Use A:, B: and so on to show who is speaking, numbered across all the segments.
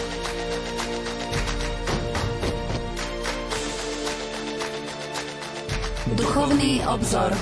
A: Duchovný obzor.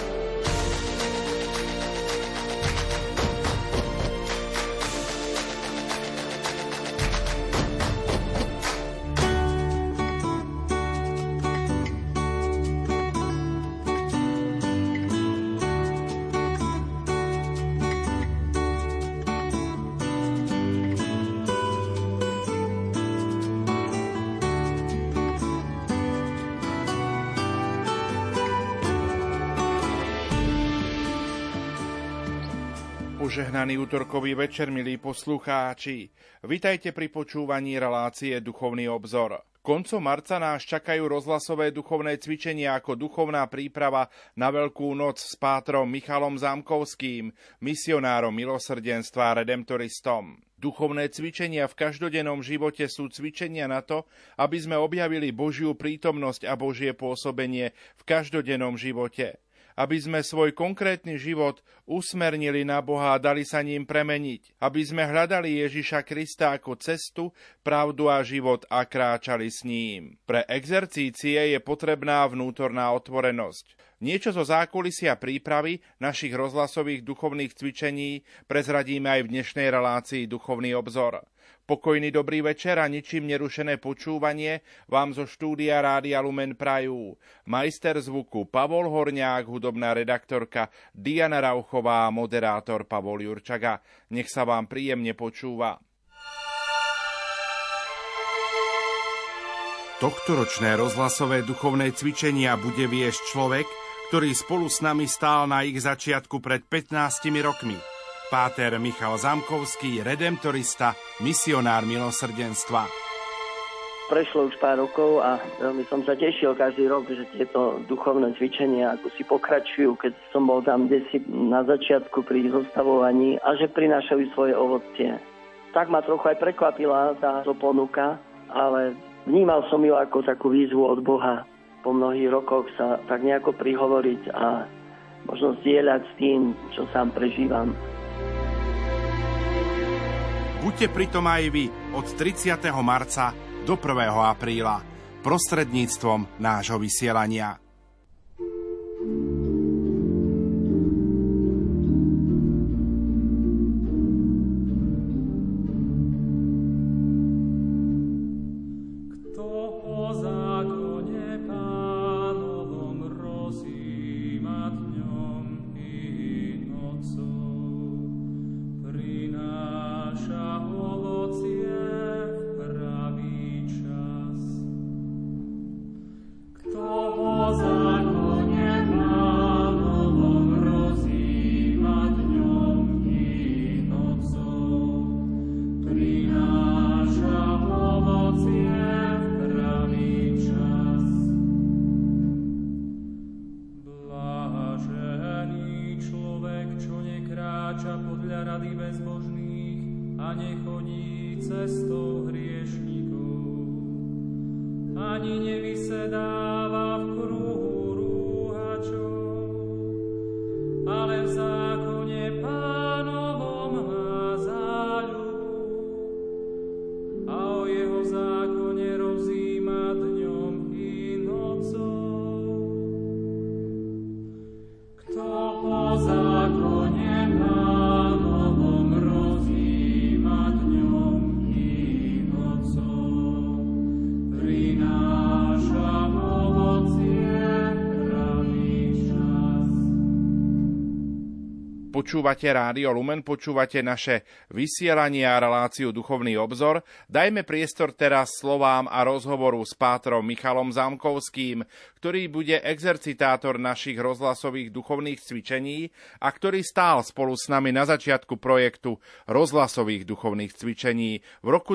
B: Požehnaný utorkový večer, milí poslucháči. Vitajte pri počúvaní relácie Duchovný obzor. Koncom marca nás čakajú rozhlasové duchovné cvičenia ako duchovná príprava na Veľkú noc s pátrom Michalom Zámkovským, misionárom milosrdenstva a redemptoristom. Duchovné cvičenia v každodennom živote sú cvičenia na to, aby sme objavili Božiu prítomnosť a Božie pôsobenie v každodennom živote. Aby sme svoj konkrétny život usmernili na Boha a dali sa ním premeniť. Aby sme hľadali Ježiša Krista ako cestu, pravdu a život a kráčali s ním. Pre exercície je potrebná vnútorná otvorenosť. Niečo zo zákulisia prípravy našich rozhlasových duchovných cvičení prezradíme aj v dnešnej relácii Duchovný obzor. Pokojný dobrý večer a ničím nerušené počúvanie vám zo štúdia Rádia Lumen prajú majster zvuku Pavol Horňák, hudobná redaktorka Diana Rauchová a moderátor Pavol Jurčaga. Nech sa vám príjemne počúva. Tohtoročné rozhlasové duchovné cvičenia bude viesť človek, ktorý spolu s nami stál na ich začiatku pred 15 rokmi. Páter Michal Zámkovský, redemptorista, misionár milosrdenstva.
C: Prešlo už pár rokov a veľmi som sa tešil každý rok, že tieto duchovné cvičenia ako si pokračujú, keď som bol tam desi na začiatku pri zostavovaní a že prinášajú svoje ovocie. Tak ma trochu aj prekvapila táto ponuka, ale vnímal som ju ako takú výzvu od Boha. Po mnohých rokoch sa tak nejako prihovoriť a možno zdieľať s tým, čo sám prežívam.
B: Buďte pritom aj vy od 30. marca do 1. apríla prostredníctvom nášho vysielania. Počúvate Rádio Lumen, počúvate naše vysielanie a reláciu Duchovný obzor. Dajme priestor teraz slovám a rozhovoru s pátrom Michalom Zámkovským, ktorý bude exercitátor našich rozhlasových duchovných cvičení a ktorý stál spolu s nami na začiatku projektu rozhlasových duchovných cvičení v roku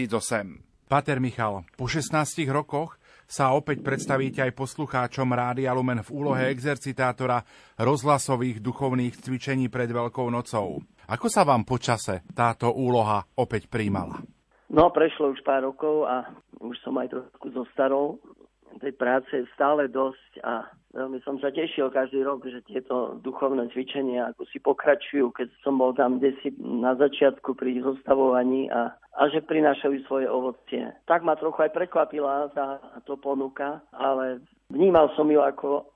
B: 2008. Páter Michal, po 16 rokoch sa opäť predstavíte aj poslucháčom Rádia Lumen v úlohe exercitátora rozhlasových duchovných cvičení pred Veľkou nocou. Ako sa vám počase táto úloha opäť prijímala?
C: No, prešlo už pár rokov a už som aj trošku zostarol. Tej práce je stále dosť a Veľmi som sa tešil každý rok, že tieto duchovné cvičenia ako si pokračujú, keď som bol tam desi na začiatku pri zostavovaní a že prinášajú svoje ovocie. Tak ma trochu aj prekvapila táto ponuka, ale vnímal som ju ako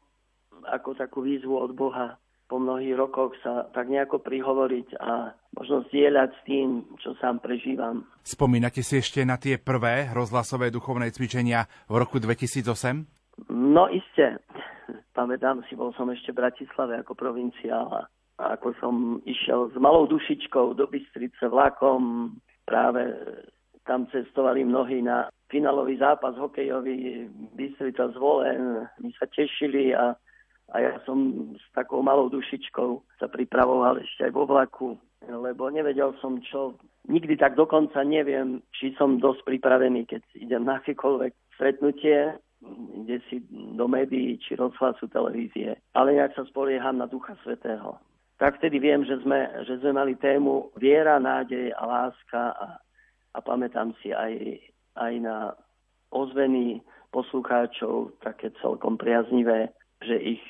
C: takú výzvu od Boha. Po mnohých rokoch sa tak nejako prihovoriť a možno zdieľať s tým, čo sám prežívam.
B: Spomínate si ešte na tie prvé rozhlasové duchovné cvičenia v roku 2008?
C: No iste. Pamätám si, bol som ešte v Bratislave ako provinciál a ako som išiel s malou dušičkou do Bystrice vlakom. Práve tam cestovali mnohí na finálový zápas hokejový Bystrica Zvolen. My sa tešili a ja som s takou malou dušičkou sa pripravoval ešte aj vo vlaku, lebo nevedel som čo. Nikdy tak dokonca neviem, či som dosť pripravený, keď idem na akékoľvek stretnutie, ide si do médií, či rozhlasu, televízie. Ale nejak sa spolieham na Ducha Svätého. Tak vtedy viem, že sme mali tému viera, nádej a láska a pamätám si aj na ozveny poslucháčov, také celkom priaznivé, že ich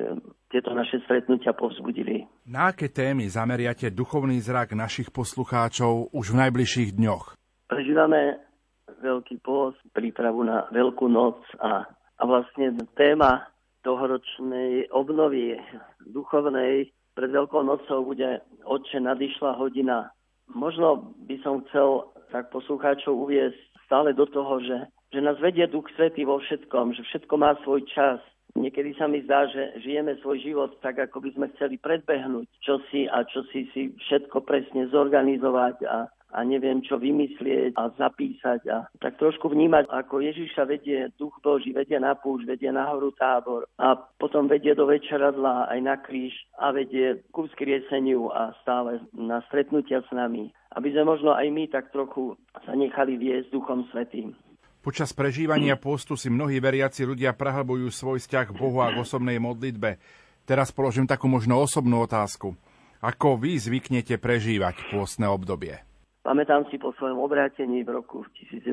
C: tieto naše stretnutia povzbudili.
B: Na aké témy zameriate duchovný zrak našich poslucháčov už v najbližších dňoch?
C: Prežívame Veľký pôst, prípravu na Veľkú noc a vlastne téma tohoročnej obnovy duchovnej pred Veľkou nocou bude Otče, nadišla hodina. Možno by som chcel tak poslucháčov uviesť stále do toho, že nás vedie Duch Svätý vo všetkom, že všetko má svoj čas. Niekedy sa mi zdá, že žijeme svoj život tak, ako by sme chceli predbehnúť čosi si všetko presne zorganizovať a neviem, čo vymyslieť a zapísať a tak trošku vnímať, ako Ježiša vedie Duch Boží, vedie na púšť, vedie na horu Tábor a potom vedie do večeradla aj na kríž a vedie ku vzkrieseniu a stále na stretnutia s nami. Aby sme možno aj my tak trochu sa nechali viesť Duchom Svätým.
B: Počas prežívania pôstu si mnohí veriaci ľudia prehlbujú svoj vzťah k Bohu a k osobnej modlitbe. Teraz položím takú možno osobnú otázku. Ako vy zvyknete prežívať pôstne obdobie?
C: Pamätám si po svojom obrátení v roku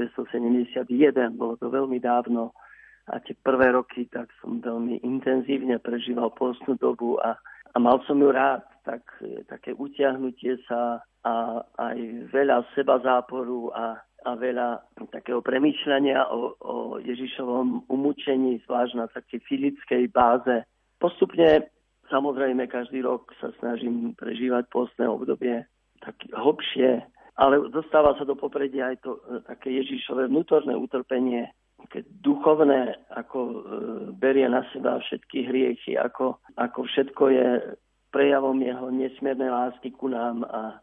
C: 1971, bolo to veľmi dávno a tie prvé roky tak som veľmi intenzívne prežíval pôstnu dobu a mal som ju rád, také utiahnutie sa a aj veľa seba záporu a veľa takého premýšľania o Ježišovom umúčení, zvlášť na takej fyzickej báze. Postupne, samozrejme, každý rok sa snažím prežívať pôstne obdobie tak hlbšie, ale dostáva sa do popredia aj to také Ježišové vnútorné utrpenie, keď duchovné, ako berie na seba všetky hriechy, ako všetko je prejavom jeho nesmiernej lásky ku nám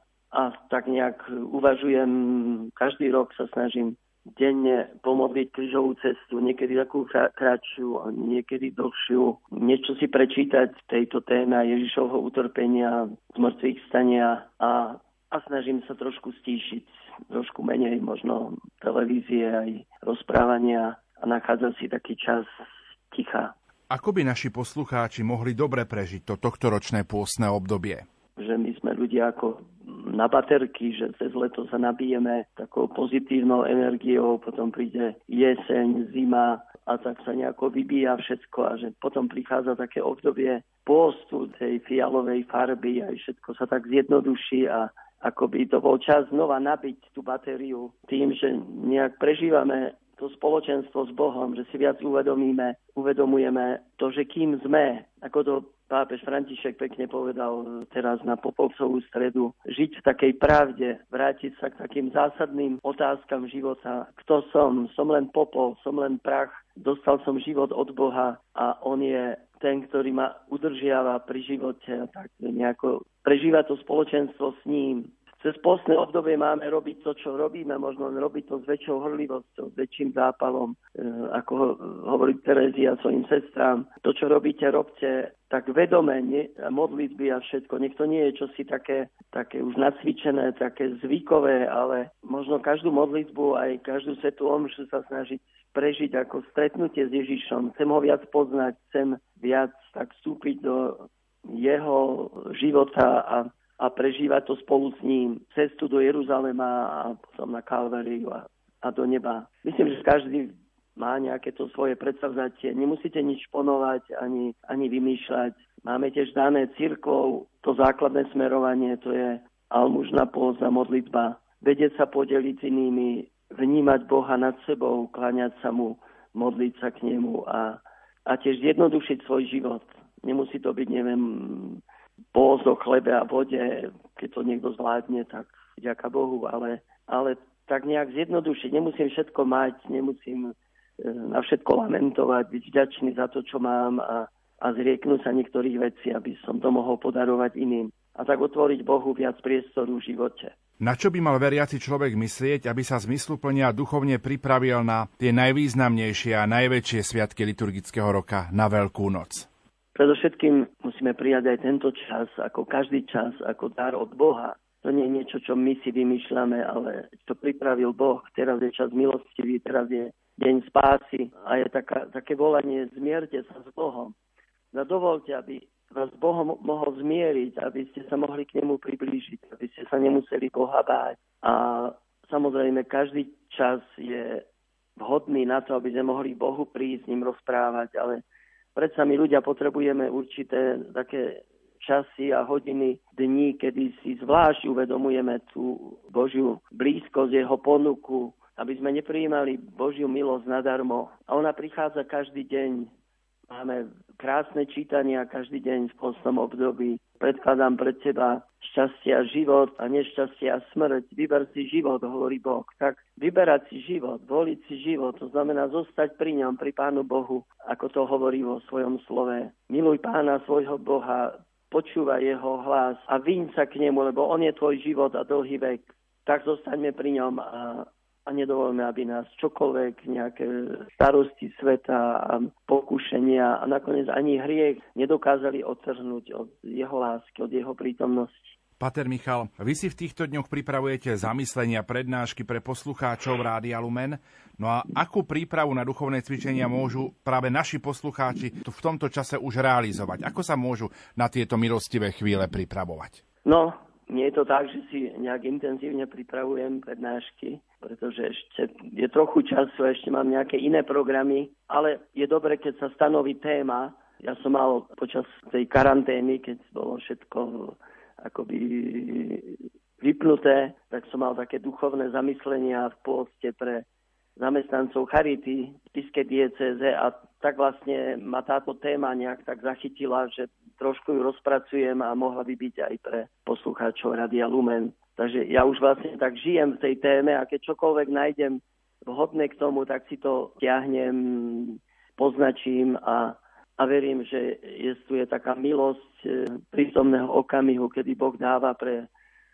C: a tak nejak uvažujem, každý rok sa snažím denne pomodliť krížovú cestu, niekedy takú kratšiu, niekedy dlhšiu, niečo si prečítať v tejto téme Ježišovho utrpenia, zmrtvých stania a snažím sa trošku stíšiť, trošku menej možno televízie aj rozprávania a nachádzať si taký čas ticha.
B: Ako by naši poslucháči mohli dobre prežiť to tohtoročné pôstne obdobie?
C: Že my sme ľudia ako na baterky, že cez leto sa nabijeme takou pozitívnou energiou, potom príde jeseň, zima a tak sa nejako vybíja všetko a že potom prichádza také obdobie pôstu tej fialovej farby a všetko sa tak zjednoduší a ako by to bol čas znova nabiť tú batériu tým, že nejak prežívame to spoločenstvo s Bohom, že si viac uvedomujeme to, že kým sme, ako to pápež František pekne povedal teraz na Popolcovú stredu, žiť v takej pravde, vrátiť sa k takým zásadným otázkam života. Kto som? Som len popol, som len prach, dostal som život od Boha a on je ten, ktorý ma udržiava pri živote a tak nejako prežíva to spoločenstvo s ním. Cez pôstne obdobie máme robiť to, čo robíme, možno robiť to s väčšou horlivosťou, s väčším zápalom, ako hovorí Terezia svojim sestrám. To, čo robíte, robte tak vedome, modlitby a všetko. Nech to nie je čosi také už nacvičené, také zvykové, ale možno každú modlitbu, aj každú svätú omšu sa snažiť prežiť ako stretnutie s Ježišom. Chcem ho viac poznať, chcem viac tak vstúpiť do jeho života a prežívať to spolu s ním. Cestu do Jeruzalema a potom na Kalváriu a do neba. Myslím, že každý má nejaké to svoje predsavzatie. Nemusíte nič ponovať ani vymýšľať. Máme tiež dané cirkvou to základné smerovanie, to je almužná pôza, modlitba. Vedieť sa podeliť s inými, vnímať Boha nad sebou, kláňať sa mu, modliť sa k nemu a tiež zjednodušiť svoj život. Nemusí to byť, pôz o chlebe a vode, keď to niekto zvládne, tak vďaka Bohu, ale tak nejak zjednodušiť. Nemusím všetko mať, nemusím na všetko lamentovať, byť vďačný za to, čo mám a zrieknúť sa niektorých vecí, aby som to mohol podarovať iným. A tak otvoriť Bohu viac priestoru v živote.
B: Na čo by mal veriaci človek myslieť, aby sa zmysluplne a duchovne pripravil na tie najvýznamnejšie a najväčšie sviatky liturgického roka, na Veľkú noc?
C: Predovšetkým musíme prijať aj tento čas, ako každý čas, ako dar od Boha. To nie je niečo, čo my si vymýšľame, ale čo pripravil Boh. Teraz je čas milostivý, teraz je deň spásy a je také volanie, zmierte sa s Bohom. No dovolte, aby vás Bohom mohol zmieriť, aby ste sa mohli k nemu priblížiť, aby ste sa nemuseli Boha báť. A samozrejme, každý čas je vhodný na to, aby sme mohli Bohu prísť, s ním rozprávať, ale predsa my ľudia potrebujeme určité také časy a hodiny, dní, kedy si zvlášť uvedomujeme tú Božiu blízkosť, jeho ponuku, aby sme neprijímali Božiu milosť nadarmo. A ona prichádza každý deň. Máme krásne čítania každý deň v postnom období. Predkladám pred teba šťastie a život a nešťastie a smrť. Vyber si život, hovorí Boh. Tak vyberať si život, voliť si život, to znamená zostať pri ňom, pri Pánu Bohu, ako to hovorí vo svojom slove. Miluj Pána svojho Boha, počúvaj jeho hlas a vyň sa k nemu, lebo on je tvoj život a dlhý vek. Tak zostaňme pri ňom a nedovolme, aby nás čokoľvek, nejaké starosti sveta a pokušenia a nakoniec ani hriech nedokázali odtrhnúť od jeho lásky, od jeho prítomnosti.
B: Páter Michal, vy si v týchto dňoch pripravujete zamyslenia, prednášky pre poslucháčov Rádia Lumen. No a akú prípravu na duchovné cvičenia môžu práve naši poslucháči v tomto čase už realizovať? Ako sa môžu na tieto milostivé chvíle pripravovať?
C: No, nie je to tak, že si nejak intenzívne pripravujem prednášky, pretože ešte je trochu času, ešte mám nejaké iné programy, ale je dobre, keď sa stanoví téma. Ja som mal počas tej karantény, keď bolo všetko akoby vypnuté, tak som mal také duchovné zamyslenia v pôste pre zamestnancov Charity v Spišskej diecéze a tak vlastne ma táto téma nejak tak zachytila, že trošku ju rozpracujem a mohla by byť aj pre poslucháčov Rádia Lumen. Takže ja už vlastne tak žijem v tej téme a keď čokoľvek nájdem vhodné k tomu, tak si to ťahnem, poznačím a verím, že je taká milosť prítomného okamihu, kedy Boh dáva pre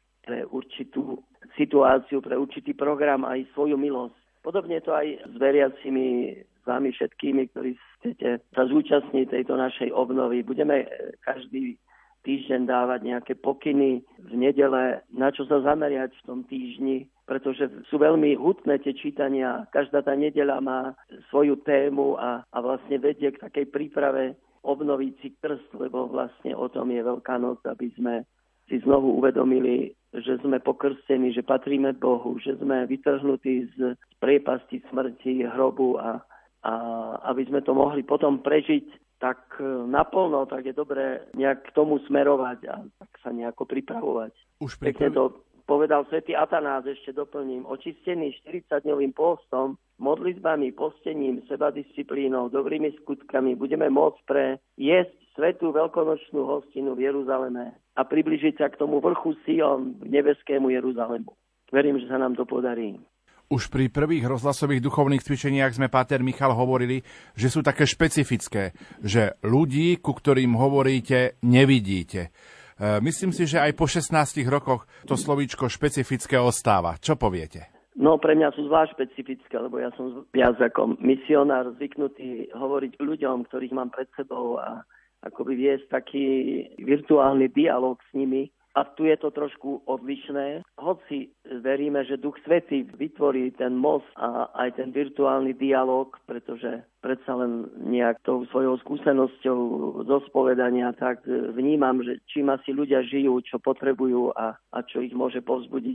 C: určitú situáciu, pre určitý program aj svoju milosť. Podobne je to aj s veriacimi, s vami všetkými, ktorí chcete sa zúčastniť tejto našej obnovy. Budeme každý týždeň dávať nejaké pokyny v nedele, na čo sa zameriať v tom týždni, pretože sú veľmi hutné tie čítania. Každá tá nedeľa má svoju tému a vlastne vedie k takej príprave obnoviť si krst, lebo vlastne o tom je Veľká noc, aby sme si znovu uvedomili, že sme pokrstení, že patríme Bohu, že sme vytrhnutí z priepasti smrti, hrobu a aby sme to mohli potom prežiť tak naplno, tak je dobré nejak k tomu smerovať a tak sa nejako pripravovať. Pekne to povedal svätý Atanás, ešte doplním, očistený 40-dňovým pôstom, modlitbami, postením, sebadisciplínou, dobrými skutkami budeme môcť jesť svätú veľkonočnú hostinu v Jeruzaleme a približiť sa k tomu vrchu Sion, k nebeskému Jeruzalému. Verím, že sa nám to podarí.
B: Už pri prvých rozhlasových duchovných cvičeniach sme, páter Michal, hovorili, že sú také špecifické, že ľudí, ku ktorým hovoríte, nevidíte. Myslím si, že aj po 16 rokoch to slovíčko špecifické ostáva. Čo poviete?
C: No, pre mňa sú zvlášť špecifické, lebo ja som viac ako misionár zvyknutý hovoriť ľuďom, ktorých mám pred sebou a akoby viesť taký virtuálny dialog s nimi. A tu je to trošku odlišné. Hoci veríme, že Duch Svätý vytvorí ten most a aj ten virtuálny dialog, pretože predsa len nejak tou svojou skúsenosťou zo spovedania tak vnímam, že čím asi ľudia žijú, čo potrebujú a čo ich môže povzbudiť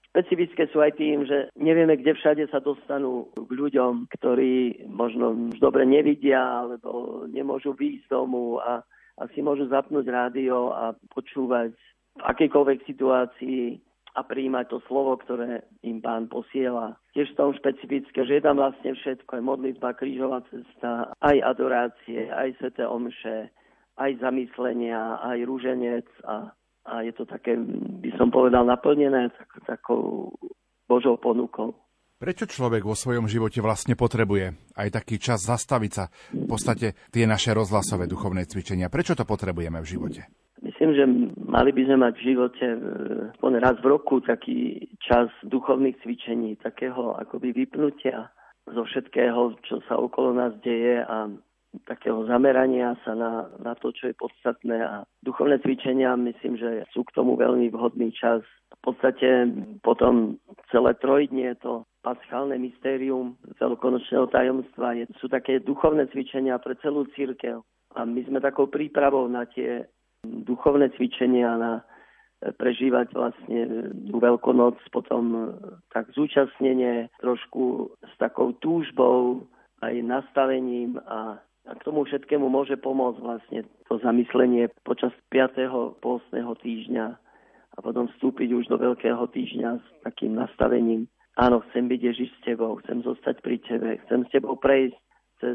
C: Špecifické sú aj tým, že nevieme, kde všade sa dostanú k ľuďom, ktorí možno už dobre nevidia alebo nemôžu výjsť z domu a si môžu zapnúť rádio a počúvať v akejkoľvek situácii a prijímať to slovo, ktoré im Pán posiela. Tiež v tom špecifické, že je tam vlastne všetko, aj modlitba, krížová cesta, aj adorácie, aj sväté omše, aj zamyslenia, aj ruženec a je to také, by som povedal, naplnené takou Božou ponukou.
B: Prečo človek vo svojom živote vlastne potrebuje aj taký čas zastaviť sa, v podstate tie naše rozhlasové duchovné cvičenia? Prečo to potrebujeme v živote?
C: Myslím, že mali by sme mať v živote raz v roku taký čas duchovných cvičení, takého akoby vypnutia zo všetkého, čo sa okolo nás deje a takého zamerania sa na to, čo je podstatné. A duchovné cvičenia, myslím, že sú k tomu veľmi vhodný čas. V podstate potom celé trojdnie to paschálne mystérium veľkonočného tajomstva sú také duchovné cvičenia pre celú cirkev. A my sme takou prípravou na tie duchovné cvičenia, na prežívať vlastne Veľkonoc, potom tak zúčastnenie trošku s takou túžbou, aj nastavením a k tomu všetkému môže pomôcť vlastne to zamyslenie počas 5. pôstneho týždňa a potom vstúpiť už do Veľkého týždňa s takým nastavením. Áno, chcem byť Ježiš s tebou, chcem zostať pri tebe, chcem s tebou prejsť cez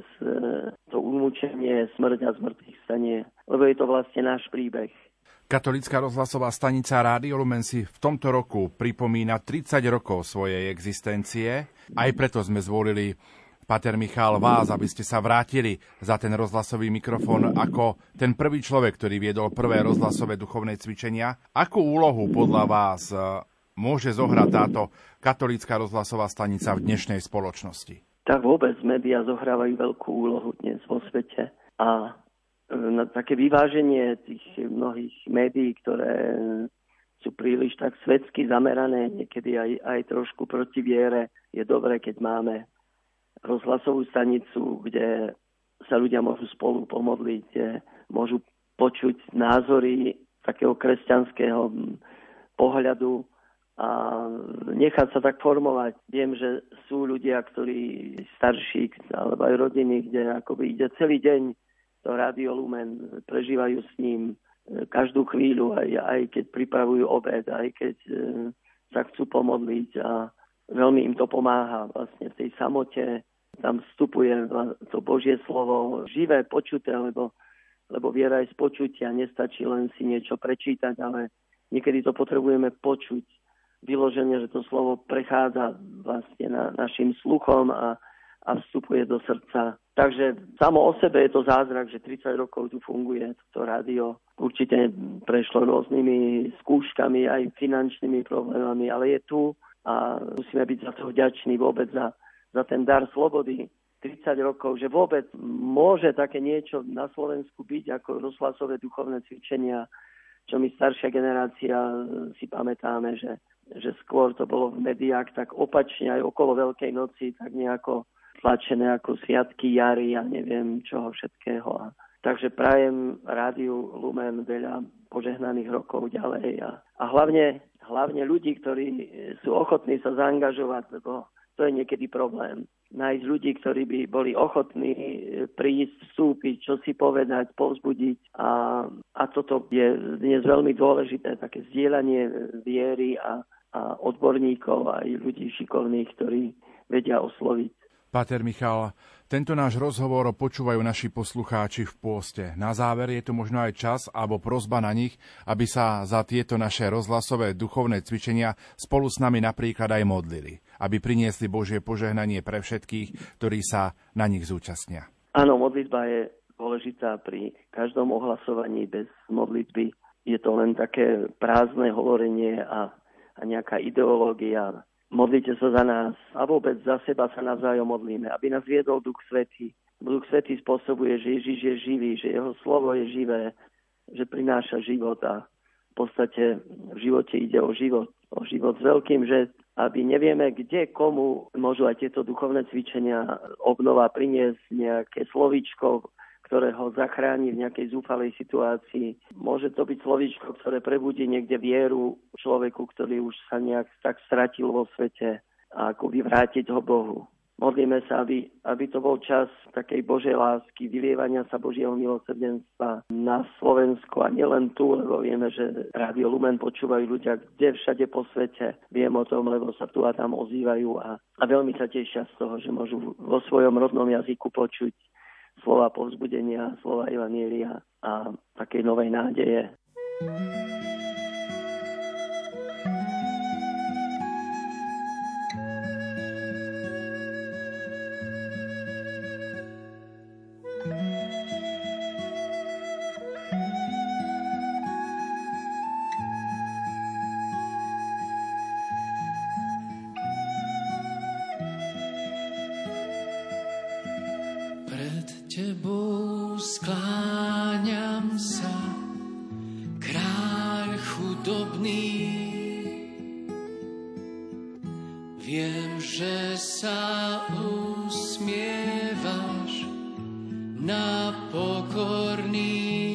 C: to umúčenie, smrť a zmrtvých stanie, lebo je to vlastne náš príbeh.
B: Katolícka rozhlasová stanica Rádio Lumen si v tomto roku pripomína 30 rokov svojej existencie. Aj preto sme zvolili, Páter Michal, vás, aby ste sa vrátili za ten rozhlasový mikrofón ako ten prvý človek, ktorý viedol prvé rozhlasové duchovné cvičenia. Akú úlohu podľa vás môže zohrať táto katolícka rozhlasová stanica v dnešnej spoločnosti?
C: Tak vôbec médiá zohrávajú veľkú úlohu dnes vo svete a na také vyváženie tých mnohých médií, ktoré sú príliš tak svetsky zamerané, niekedy aj trošku proti viere, je dobré, keď máme rozhlasovú stanicu, kde sa ľudia môžu spolu pomodliť, kde môžu počuť názory takého kresťanského pohľadu a nechať sa tak formovať. Viem, že sú ľudia, ktorí starší, alebo aj rodiny, kde akoby ide celý deň to Rádio Lumen, prežívajú s ním každú chvíľu, aj keď pripravujú obed, aj keď sa chcú pomodliť a veľmi im to pomáha vlastne v tej samote. Tam vstupuje to Božie slovo živé, počuté, lebo viera je z počutia, nestačí len si niečo prečítať, ale niekedy to potrebujeme počuť. Vyloženie, že to slovo prechádza vlastne našim sluchom a vstupuje do srdca. Takže samo o sebe je to zázrak, že 30 rokov tu funguje toto rádio. Určite prešlo rôznymi skúškami, aj finančnými problémami, ale je tu a musíme byť za to vďační vôbec za ten dar slobody. 30 rokov, že vôbec môže také niečo na Slovensku byť ako rozhlasové duchovné cvičenia, čo my staršia generácia si pamätáme, že skôr to bolo v médiách tak opačne, aj okolo Veľkej noci, tak nejako tlačené ako sviatky jary a neviem čoho všetkého. Takže prajem Rádiu Lumen veľa požehnaných rokov ďalej a hlavne ľudí, ktorí sú ochotní sa zaangažovať, lebo to je niekedy problém. Nájsť ľudí, ktorí by boli ochotní prísť, vstúpiť, čo si povedať, povzbudiť. A toto je dnes veľmi dôležité, také zdieľanie viery a odborníkov aj ľudí šikovných, ktorí vedia osloviť.
B: Páter Michal, tento náš rozhovor počúvajú naši poslucháči v pôste. Na záver je tu možno aj čas alebo prosba na nich, aby sa za tieto naše rozhlasové duchovné cvičenia spolu s nami napríklad aj modlili, aby priniesli Božie požehnanie pre všetkých, ktorí sa na nich zúčastnia.
C: Áno, modlitba je dôležitá pri každom ohlasovaní. Bez modlitby je to len také prázdne hovorenie a nejaká ideológia. Modlite sa za nás a vôbec za seba sa navzájom modlíme, aby nás viedol Duch Svätý. Duch Svätý spôsobuje, že Ježiš je živý, že jeho slovo je živé, že prináša život a v podstate v živote ide o život s veľkým, že aby nevieme, kde komu môžu aj tieto duchovné cvičenia obnova priniesť nejaké slovíčko, ktoré ho zachráni v nejakej zúfalej situácii. Môže to byť slovíčko, ktoré prebudí niekde vieru človeku, ktorý už sa nejak tak stratil vo svete a akoby vrátiť ho Bohu. Modlíme sa, aby to bol čas takej Božej lásky, vylievania sa Božieho milosrdenstva na Slovensku a nielen tu, lebo vieme, že Rádio Lumen počúvajú ľudia kde všade po svete. Viem o tom, lebo sa tu a tam ozývajú a veľmi sa tešia z toho, že môžu vo svojom rodnom jazyku počuť slova povzbudenia, slova evanjelia a takej novej nádeje.
D: Tebou skláňam sa, kráľ chudobný. Viem, že sa usmievaš na pokorný.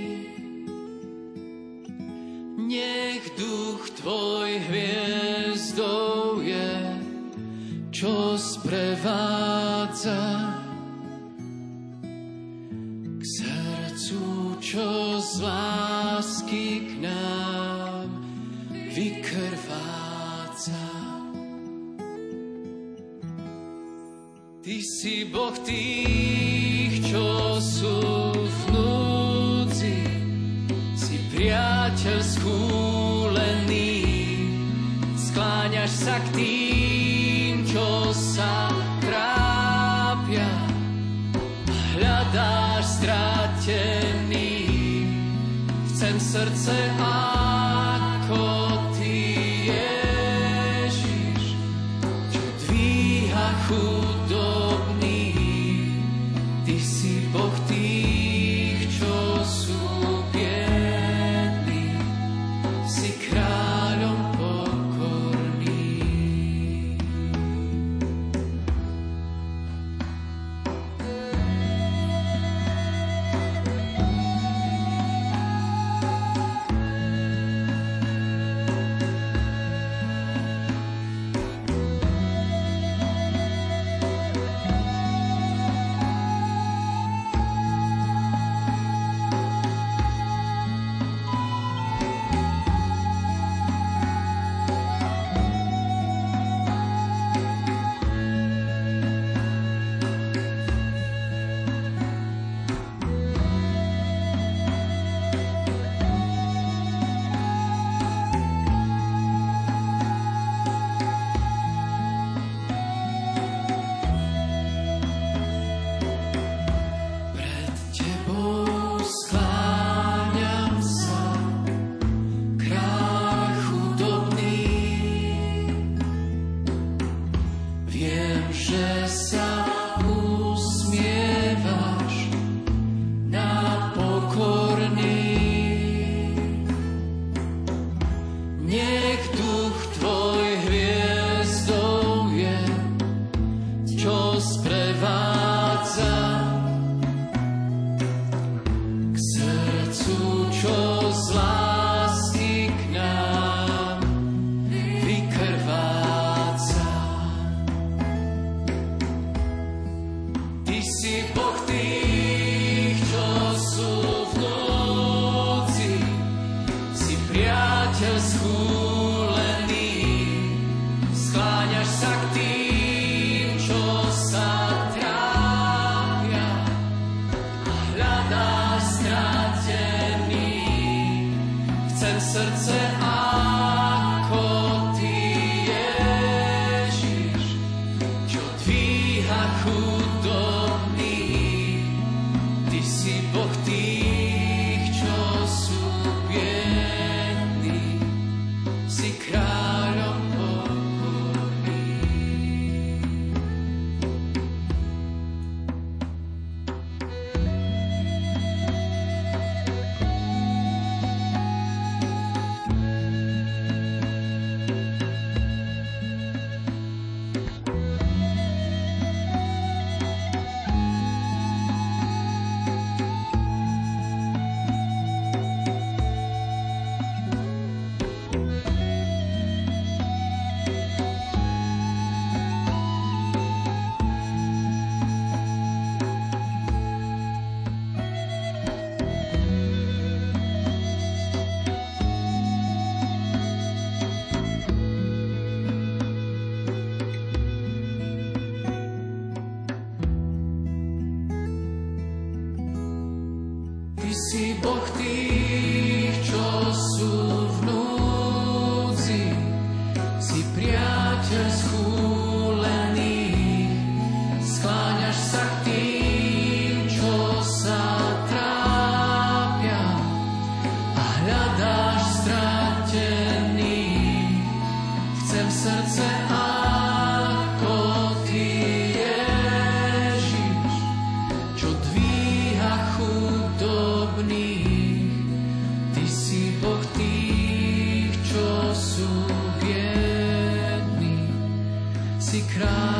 D: Nech duch tvoj hviezdou je, čo sprevádza čo z lásky k nám vykrváca. Ty si Boh tých, čo sú v núdzi, si priateľ schúlený, skláňaš sa k tým, čo sa trápia, hľadáš stratený. Chcem srdce ako Ty, Ježiš, čo dvíha chudobný. Ty si Boh tých, čo sú biední, si kráľom pokorný.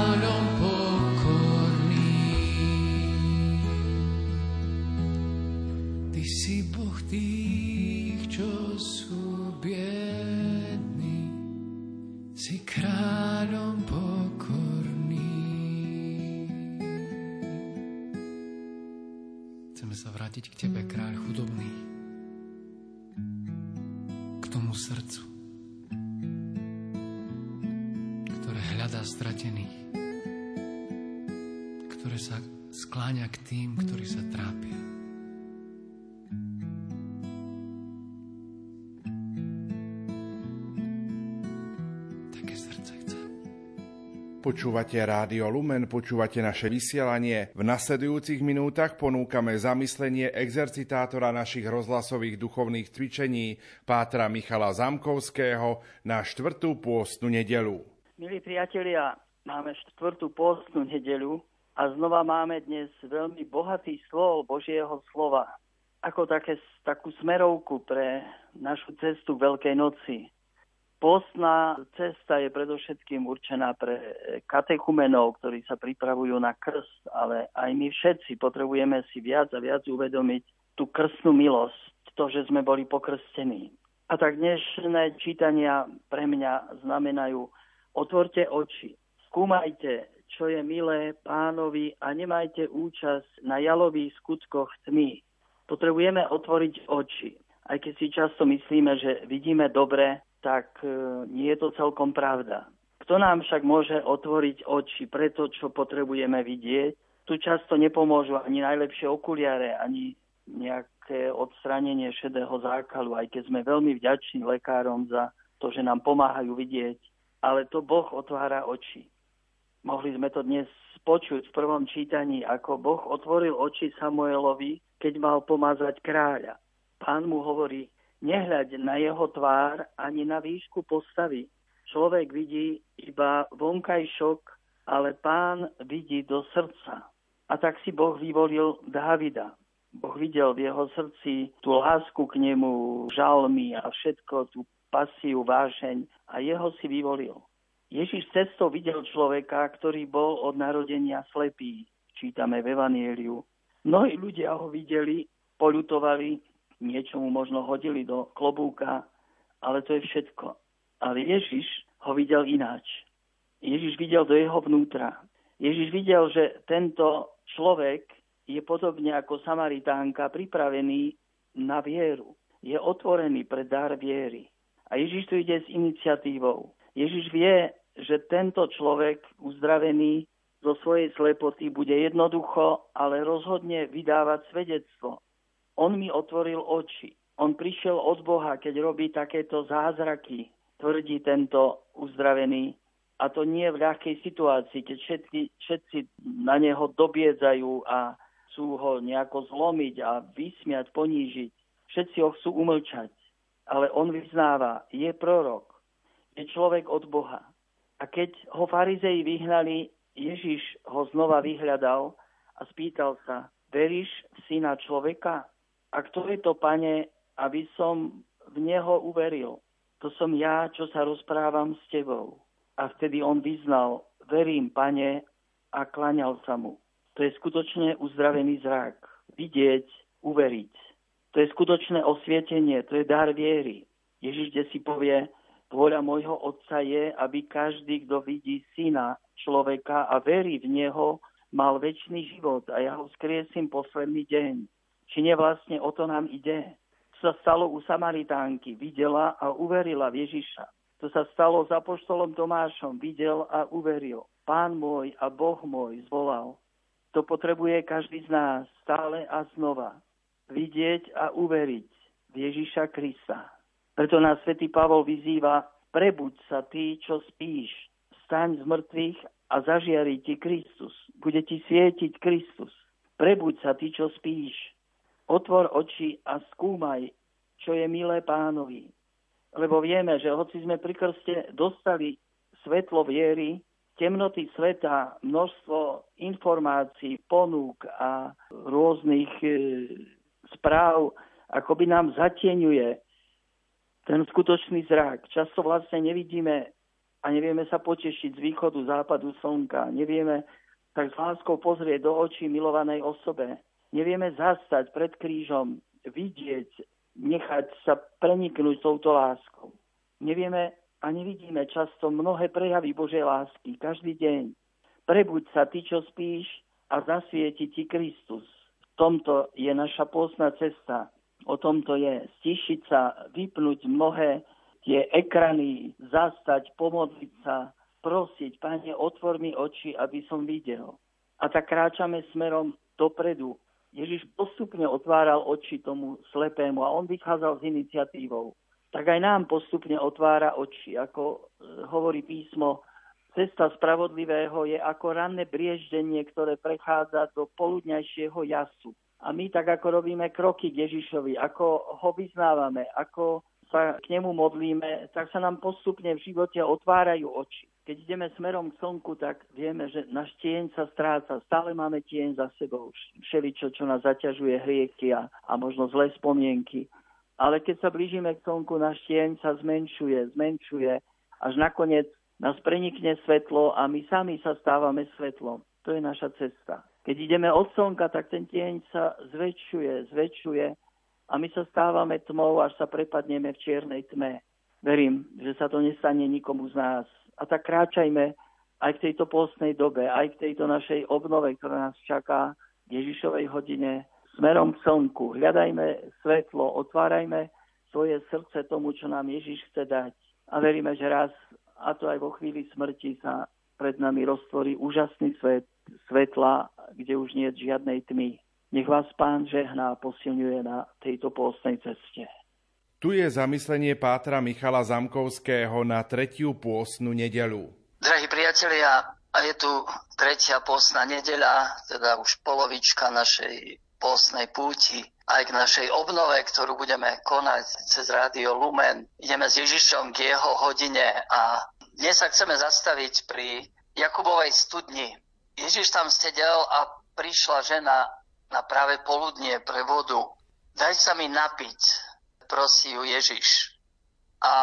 D: kráľom pokorný. Ty si Boh tých, čo sú biední, si kráľom pokorný. Chceme sa vrátiť k Tebe, kráľ chudobný, k tomu srdcu, ktoré hľadá stratených, ktoré sa skláňa k tým, ktorí sa trápia.
B: Počúvate Rádio Lumen, počúvate naše vysielanie. V nasledujúcich minútach ponúkame zamyslenie exercitátora našich rozhlasových duchovných cvičení, pátra Michala Zamkovského, na 4. pôstnu nedeľu.
C: Milí priatelia, máme 4. pôstnu nedeľu a znova máme dnes veľmi bohatý stôl Božieho slova, ako takú smerovku pre našu cestu Veľkej noci. Pôstna cesta je predovšetkým určená pre katechumenov, ktorí sa pripravujú na krst, ale aj my všetci potrebujeme si viac a viac uvedomiť tú krstnú milosť, to, že sme boli pokrstení. A tak dnešné čítania pre mňa znamenajú: otvorte oči, skúmajte, čo je milé Pánovi a nemajte účasť na jalových skutkoch tmy. Potrebujeme otvoriť oči. Aj keď si často myslíme, že vidíme dobre, tak nie je to celkom pravda. Kto nám však môže otvoriť oči pre to, čo potrebujeme vidieť? Tu často nepomôžu ani najlepšie okuliare, ani nejaké odstránenie šedého zákalu, aj keď sme veľmi vďační lekárom za to, že nám pomáhajú vidieť. Ale to Boh otvára oči. Mohli sme to dnes počuť v prvom čítaní, ako Boh otvoril oči Samuelovi, keď mal pomazať kráľa. Pán mu hovorí: nehľaď na jeho tvár ani na výšku postavy. Človek vidí iba vonkajšok, ale Pán vidí do srdca. A tak si Boh vyvolil Dávida. Boh videl v jeho srdci tú lásku k nemu, žalmy a všetko, tú pasiu, vášeň, a jeho si vyvolil. Ježiš cestou videl človeka, ktorý bol od narodenia slepý. Čítame v Evanjeliu. Mnohí ľudia ho videli, poľutovali, niečo mu možno hodili do klobúka, ale to je všetko. Ale Ježiš ho videl ináč. Ježiš videl do jeho vnútra. Ježiš videl, že tento človek je podobne ako Samaritánka pripravený na vieru. Je otvorený pre dar viery. A Ježiš tu ide s iniciatívou. Ježiš vie, že tento človek uzdravený zo svojej slepoty bude jednoducho, ale rozhodne vydávať svedectvo. On mi otvoril oči. On prišiel od Boha, keď robí takéto zázraky, tvrdí tento uzdravený. A to nie v ľahkej situácii, keď všetci na neho dobiedzajú a chcú ho nejako zlomiť a vysmiať, ponížiť. Všetci ho chcú umlčať. Ale on vyznáva, je prorok, je človek od Boha. A keď ho farizeji vyhnali, Ježiš ho znova vyhľadal a spýtal sa: veríš v Syna človeka? A kto je to, Pane, aby som v neho uveril? To som ja, čo sa rozprávam s tebou. A vtedy on vyznal: verím, Pane, a klaňal sa mu. To je skutočne uzdravený zrak. Vidieť, uveriť. To je skutočné osvietenie, to je dar viery. Ježiš kde si povie: vôľa môjho Otca je, aby každý, kto vidí Syna človeka a verí v neho, mal večný život a ja ho vzkriesím posledný deň. Či nie vlastne o to nám ide? To sa stalo u Samaritánky. Videla a uverila v Ježiša. To sa stalo s apoštolom Tomášom. Videl a uveril. Pán môj a Boh môj zvolal. To potrebuje každý z nás stále a znova. Vidieť a uveriť v Ježiša Krista. Preto nás svätý Pavol vyzýva: prebuď sa ty, čo spíš. Staň z mŕtvych a zažiari ti Kristus. Bude ti svietiť Kristus. Prebuď sa ty, čo spíš. Otvor oči a skúmaj, čo je milé Pánovi. Lebo vieme, že hoci sme pri krste dostali svetlo viery, temnoty sveta, množstvo informácií, ponúk a rôznych správ, akoby nám zatieňuje ten skutočný zrak. Často vlastne nevidíme a nevieme sa potešiť z východu, západu slnka. Nevieme tak s láskou pozrieť do očí milovanej osobe. Nevieme zastať pred krížom, vidieť, nechať sa preniknúť touto láskou. Nevieme a nevidíme často mnohé prejavy Božej lásky každý deň. Prebuď sa, ty, čo spíš, a zasvieti ti Kristus. V tomto je naša pôstna cesta. O tomto je stišiť sa, vypnúť mnohé tie ekrany, zastať, pomodliť sa, prosiť, Pane, otvor mi oči, aby som videl. A tak kráčame smerom dopredu. Ježiš postupne otváral oči tomu slepému a on vychádzal s iniciatívou. Tak aj nám postupne otvára oči. Ako hovorí písmo, cesta spravodlivého je ako ranné brieždenie, ktoré prechádza do poludňajšieho jasu. A my tak ako robíme kroky k Ježišovi, ako ho vyznávame, ako sa k nemu modlíme, tak sa nám postupne v živote otvárajú oči. Keď ideme smerom k slnku, tak vieme, že náš tieň sa stráca. Stále máme tieň za sebou. Všeličo, čo nás zaťažuje, hriechy a možno zlé spomienky. Ale keď sa blížime k slnku, náš tieň sa zmenšuje, až nakoniec nás prenikne svetlo a my sami sa stávame svetlom. To je naša cesta. Keď ideme od slnka, tak ten tieň sa zväčšuje a my sa stávame tmou, až sa prepadneme v čiernej tme. Verím, že sa to nestane nikomu z nás. A tak kráčajme aj v tejto pôstnej dobe, aj v tejto našej obnove, ktorá nás čaká v Ježišovej hodine, smerom k slnku. Hľadajme svetlo, otvárajme svoje srdce tomu, čo nám Ježiš chce dať. A veríme, že raz, a to aj vo chvíli smrti, sa pred nami roztvorí úžasný svet, svetla, kde už nie je žiadnej tmy. Nech vás Pán žehná a posilňuje na tejto pôstnej ceste.
B: Tu je zamyslenie pátra Michala Zamkovského na 3. pôstnu nedeľu.
E: Drahí priatelia, a je tu 3. pôstna nedeľa, teda už polovička našej pôstnej púti, aj k našej obnove, ktorú budeme konať cez Rádio Lumen. Ideme s Ježišom k jeho hodine a dnes sa chceme zastaviť pri Jakubovej studni. Ježiš tam sedel a prišla žena na práve poludnie pre vodu. Daj sa mi napiť, prosí ju Ježiš. A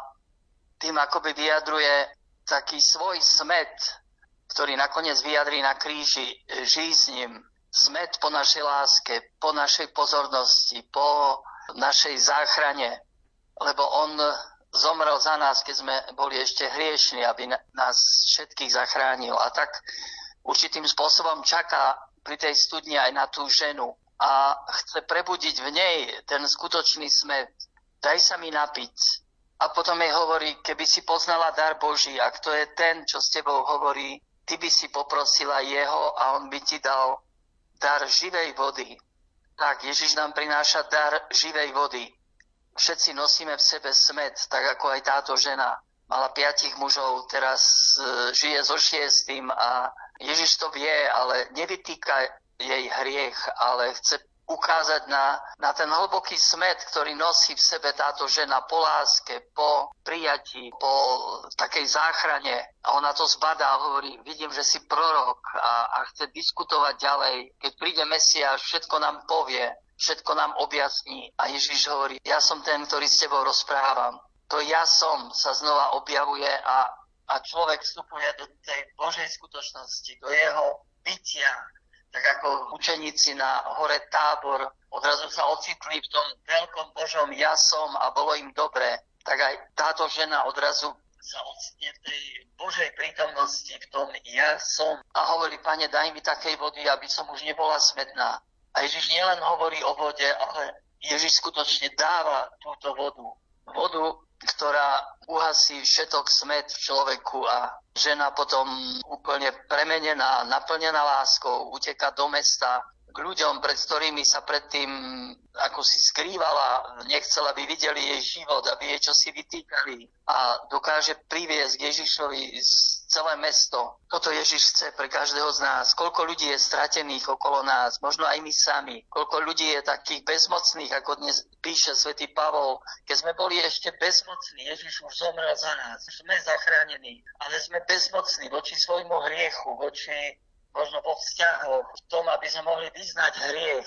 E: tým akoby vyjadruje taký svoj smäd, ktorý nakoniec vyjadrí na kríži. Žij s ním. Smäd po našej láske, po našej pozornosti, po našej záchrane. Lebo on zomrel za nás, keď sme boli ešte hriešni, aby nás všetkých zachránil. A tak určitým spôsobom čaká pri tej studni aj na tú ženu a chce prebudiť v nej ten skutočný smäd. Daj sa mi napiť. A potom jej hovorí, keby si poznala dar Boží, a kto je ten, čo s tebou hovorí, ty by si poprosila jeho a on by ti dal dar živej vody. Tak, Ježiš nám prináša dar živej vody. Všetci nosíme v sebe smäd, tak ako aj táto žena. Mala 5 mužov, teraz žije so 6. a Ježiš to vie, ale nevytýka jej hriech, ale chce ukázať na ten hlboký smäd, ktorý nosí v sebe táto žena po láske, po prijatí, po takej záchrane. A ona to zbadá a hovorí, vidím, že si prorok a chce diskutovať ďalej. Keď príde Mesiáš, všetko nám povie, všetko nám objasní. A Ježiš hovorí, ja som ten, ktorý s tebou rozprávam. To ja som sa znova objavuje a človek vstupuje do tej Božej skutočnosti, do jeho bytia. Tak ako učeníci na hore Tábor odrazu sa ocitli v tom veľkom Božom ja som a bolo im dobre, tak aj táto žena odrazu sa ocitne v tej Božej prítomnosti, v tom ja som. A hovorí, Pane, daj mi takej vody, aby som už nebola smedná. A Ježiš nielen hovorí o vode, ale Ježiš skutočne dáva túto vodu. Vodu, ktorá uhasí všetok smäd v človeku a žena potom úplne premenená, naplnená láskou, uteká do mesta k ľuďom, pred ktorými sa predtým ako si skrývala, nechcela, aby videli jej život, aby jej čosi vytýkali a dokáže priviesť k Ježišovi celé mesto. Toto Ježiš chce pre každého z nás. Koľko ľudí je stratených okolo nás, možno aj my sami. Koľko ľudí je takých bezmocných, ako dnes píše svätý Pavol. Keď sme boli ešte bezmocní, Ježiš už zomrel za nás. Sme zachránení, ale sme bezmocní voči svojmu hriechu, voči možno vo vzťahoch, v tom, aby sme mohli vyznať hriech.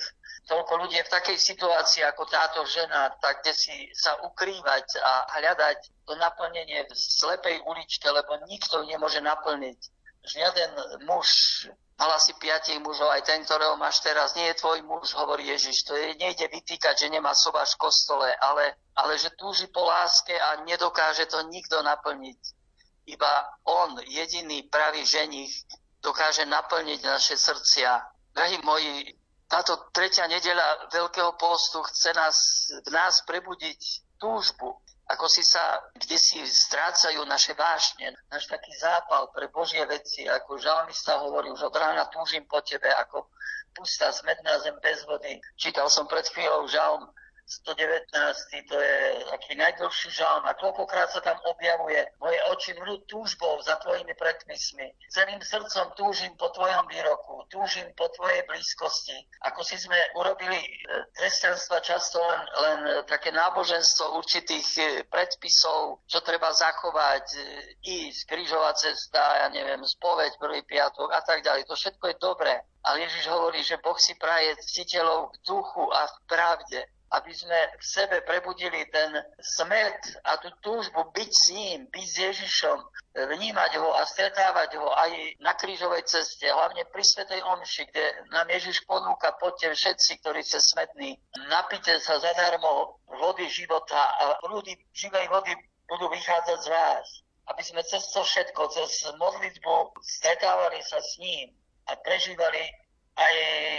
E: toľko ľudí je v takej situácii ako táto žena, tak kde si sa ukrývať a hľadať to naplnenie v slepej uličke, lebo nikto nemôže naplniť. Žiaden muž, mala si 5 mužov, aj ten, ktorého máš teraz, nie je tvoj muž, hovorí Ježiš. To nejde vytýkať, že nemá sobáš v kostole, ale že túži po láske a nedokáže to nikto naplniť. Iba on, jediný pravý ženich, dokáže naplniť naše srdcia. Drahí moji, táto 3. nedeľa Veľkého pôstu chce v nás prebudiť túžbu. Ako si sa kdesi strácajú naše vášne, náš taký zápal pre Božie veci, ako žalmista hovorí, už od rána túžim po tebe, ako pustá smedná zem bez vody. Čítal som pred chvíľou žalm 119, to je taký najdlhší žalm a koľkokrát sa tam objavuje: moje oči vrú túžbou za tvojimi predmyslami. Celým srdcom túžim po tvojom výroku, túžim po tvojej blízkosti. Ako si sme urobili kresťanstva často len také náboženstvo určitých predpisov, čo treba zachovať, ísť, krížová cesta, ja neviem, spoveď prvý piatok a tak ďalej. To všetko je dobré. Ale Ježiš hovorí, že Boh si praje ctiteľov v duchu a v pravde. Aby sme v sebe prebudili ten smet a tú túžbu byť s ním, byť s Ježišom, vnímať ho a stretávať ho aj na krížovej ceste, hlavne pri svätej omši, kde nám Ježiš ponúka: poďte všetci, ktorí ste smední, napite sa zadarmo vody života a prúdy živej vody budú vychádzať z vás. Aby sme cez to všetko, cez modlitbu stretávali sa s ním a prežívali aj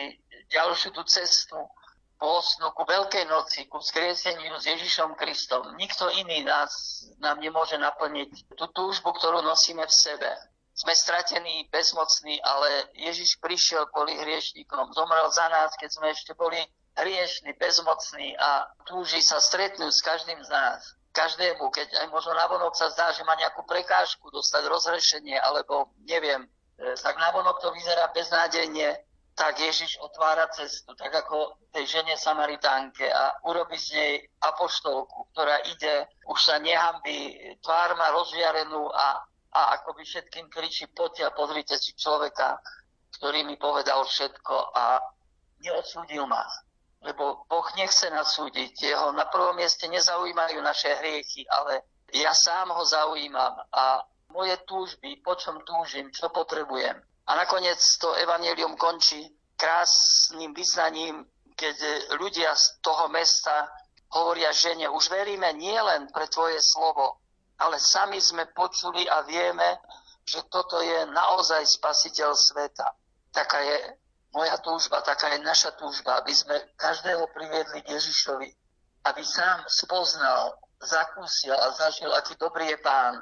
E: ďalšiu tú cestu pôstnu ku Veľkej noci, ku vzkrieseniu s Ježišom Kristom. Nikto iný nám nemôže naplniť tú túžbu, ktorú nosíme v sebe. Sme stratení, bezmocní, ale Ježiš prišiel kvôli hriešnikom. Zomrel za nás, keď sme ešte boli hriešni, bezmocní a túži sa stretnúť s každým z nás. Každému, keď aj možno navonok sa zdá, že má nejakú prekážku, dostať rozhrešenie, alebo neviem, tak navonok to vyzerá beznádejne, tak Ježiš otvára cestu, tak ako tej žene Samaritánke a urobí z nej apoštolku, ktorá ide, už sa nehanbí, tvár má rozžiarenú a akoby všetkým kričí: poďte a pozrite si človeka, ktorý mi povedal všetko a neodsúdil ma. Lebo Boh nechce nás súdiť. Jeho na prvom mieste nezaujímajú naše hriechy, ale ja sám ho zaujímam a moje túžby, po čom túžim, čo potrebujem. A nakoniec to evanjelium končí krásnym vyznaním, keď ľudia z toho mesta hovoria žene: už veríme nie len pre tvoje slovo, ale sami sme počuli a vieme, že toto je naozaj spasiteľ sveta. Taká je moja túžba, taká je naša túžba, aby sme každého priviedli k Ježišovi, aby sám spoznal, zakúsil a zažil, aký dobrý je Pán,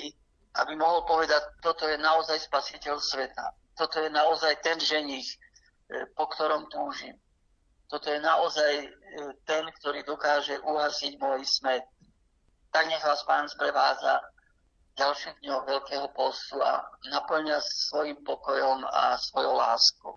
E: aby mohol povedať: toto je naozaj spasiteľ sveta. Toto je naozaj ten ženich, po ktorom túžim. Toto je naozaj ten, ktorý dokáže uhasiť môj smet. Tak nech vás Pán sprevádza ďalších dňoch Veľkého postu a naplňa svojim pokojom a svojou láskou.